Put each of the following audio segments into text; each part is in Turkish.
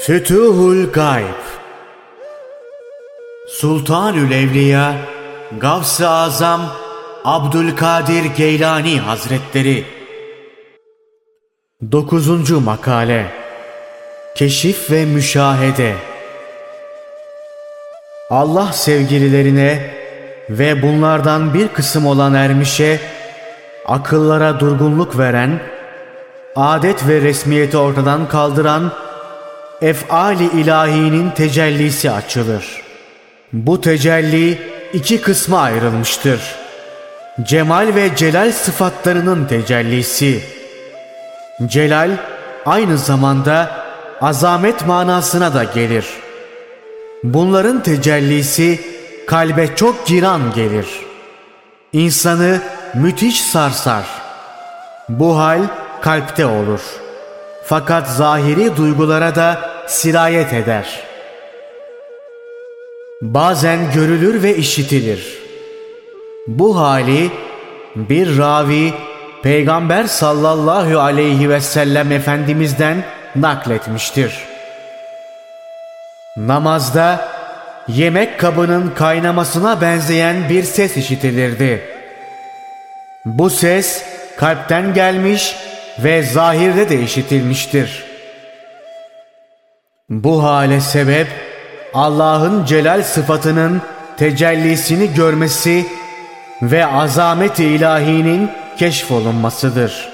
Fütuhul Gayb. Sultanül Evliya Gavs-ı Azam Abdülkadir Geylani Hazretleri. 9. Makale. Keşif ve müşahede. Allah sevgililerine ve bunlardan bir kısım olan ermişe, akıllara durgunluk veren, adet ve resmiyeti ortadan kaldıran ef'ali ilahinin tecellisi açılır. Bu tecelli iki kısma ayrılmıştır. Cemal ve celal sıfatlarının tecellisi. Celal aynı zamanda azamet manasına da gelir. Bunların tecellisi kalbe çok giran gelir. İnsanı müthiş sarsar. Bu hal kalpte olur. Fakat zahiri duygulara da sirayet eder. Bazen görülür ve işitilir. Bu hali bir ravi Peygamber sallallahu aleyhi ve sellem Efendimiz'den nakletmiştir. Namazda yemek kabının kaynamasına benzeyen bir ses işitilirdi. Bu ses kalpten gelmiş ve zahirde de işitilmiştir. Bu hale sebep Allah'ın celal sıfatının tecellisini görmesi ve azamet-i ilahinin keşfolunmasıdır.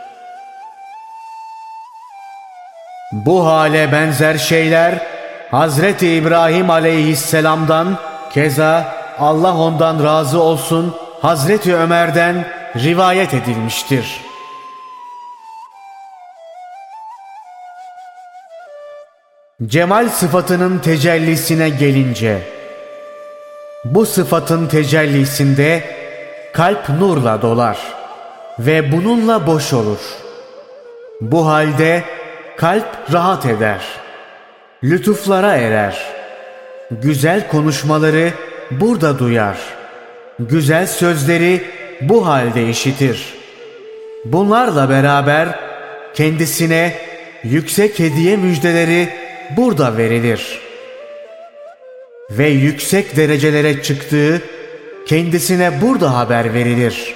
Bu hale benzer şeyler Hazreti İbrahim aleyhisselam'dan, keza Allah ondan razı olsun Hazreti Ömer'den rivayet edilmiştir. Cemal sıfatının tecellisine gelince, bu sıfatın tecellisinde kalp nurla dolar ve bununla boş olur. Bu halde kalp rahat eder, lütuflara erer. Güzel konuşmaları burada duyar, güzel sözleri bu halde işitir. Bunlarla beraber kendisine yüksek hediye müjdeleri burada verilir. Ve yüksek derecelere çıktığı kendisine burada haber verilir.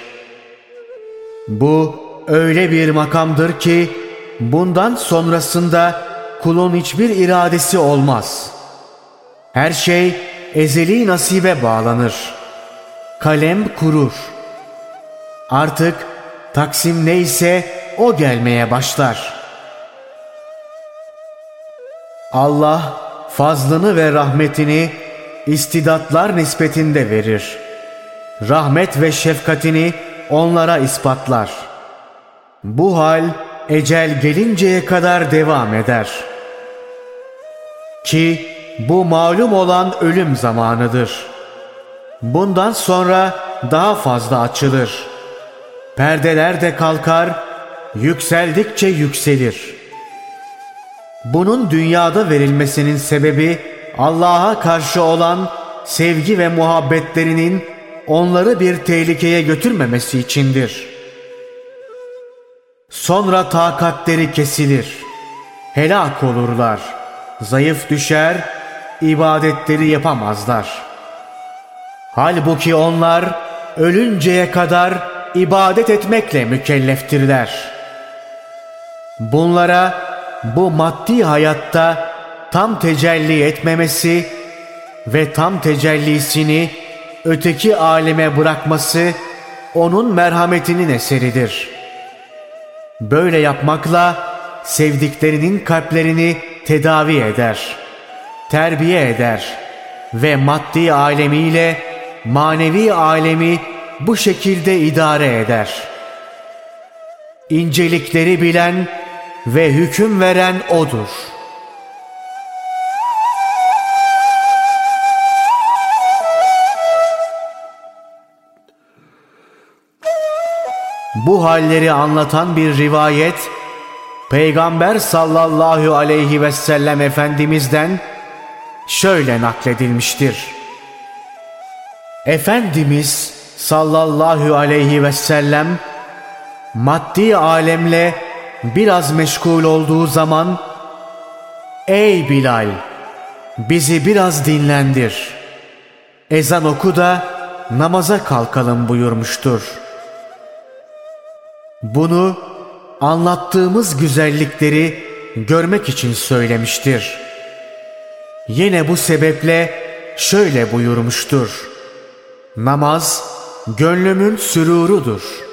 Bu öyle bir makamdır ki bundan sonrasında kulun hiçbir iradesi olmaz. Her şey ezeli nasibe bağlanır. Kalem kurur. Artık taksim neyse o gelmeye başlar. Allah fazlını ve rahmetini istidatlar nispetinde verir. Rahmet ve şefkatini onlara ispatlar. Bu hal ecel gelinceye kadar devam eder. Ki bu malum olan ölüm zamanıdır. Bundan sonra daha fazla açılır. Perdeler de kalkar, yükseldikçe yükselir. Bunun dünyada verilmesinin sebebi Allah'a karşı olan sevgi ve muhabbetlerinin onları bir tehlikeye götürmemesi içindir. Sonra takatleri kesilir, helak olurlar, zayıf düşer, ibadetleri yapamazlar. Halbuki onlar ölünceye kadar ibadet etmekle mükelleftirler. Bunlara bu maddi hayatta tam tecelli etmemesi ve tam tecellisini öteki aleme bırakması onun merhametinin eseridir. Böyle yapmakla sevdiklerinin kalplerini tedavi eder, terbiye eder ve maddi alemiyle manevi alemi bu şekilde idare eder. İncelikleri bilen ve hüküm veren O'dur. Bu halleri anlatan bir rivayet Peygamber sallallahu aleyhi ve sellem Efendimiz'den şöyle nakledilmiştir. Efendimiz sallallahu aleyhi ve sellem maddi alemle biraz meşgul olduğu zaman ey Bilal, bizi biraz dinlendir. Ezan oku da namaza kalkalım buyurmuştur. Bunu anlattığımız güzellikleri görmek için söylemiştir. Yine bu sebeple şöyle buyurmuştur: namaz gönlümün sürurudur.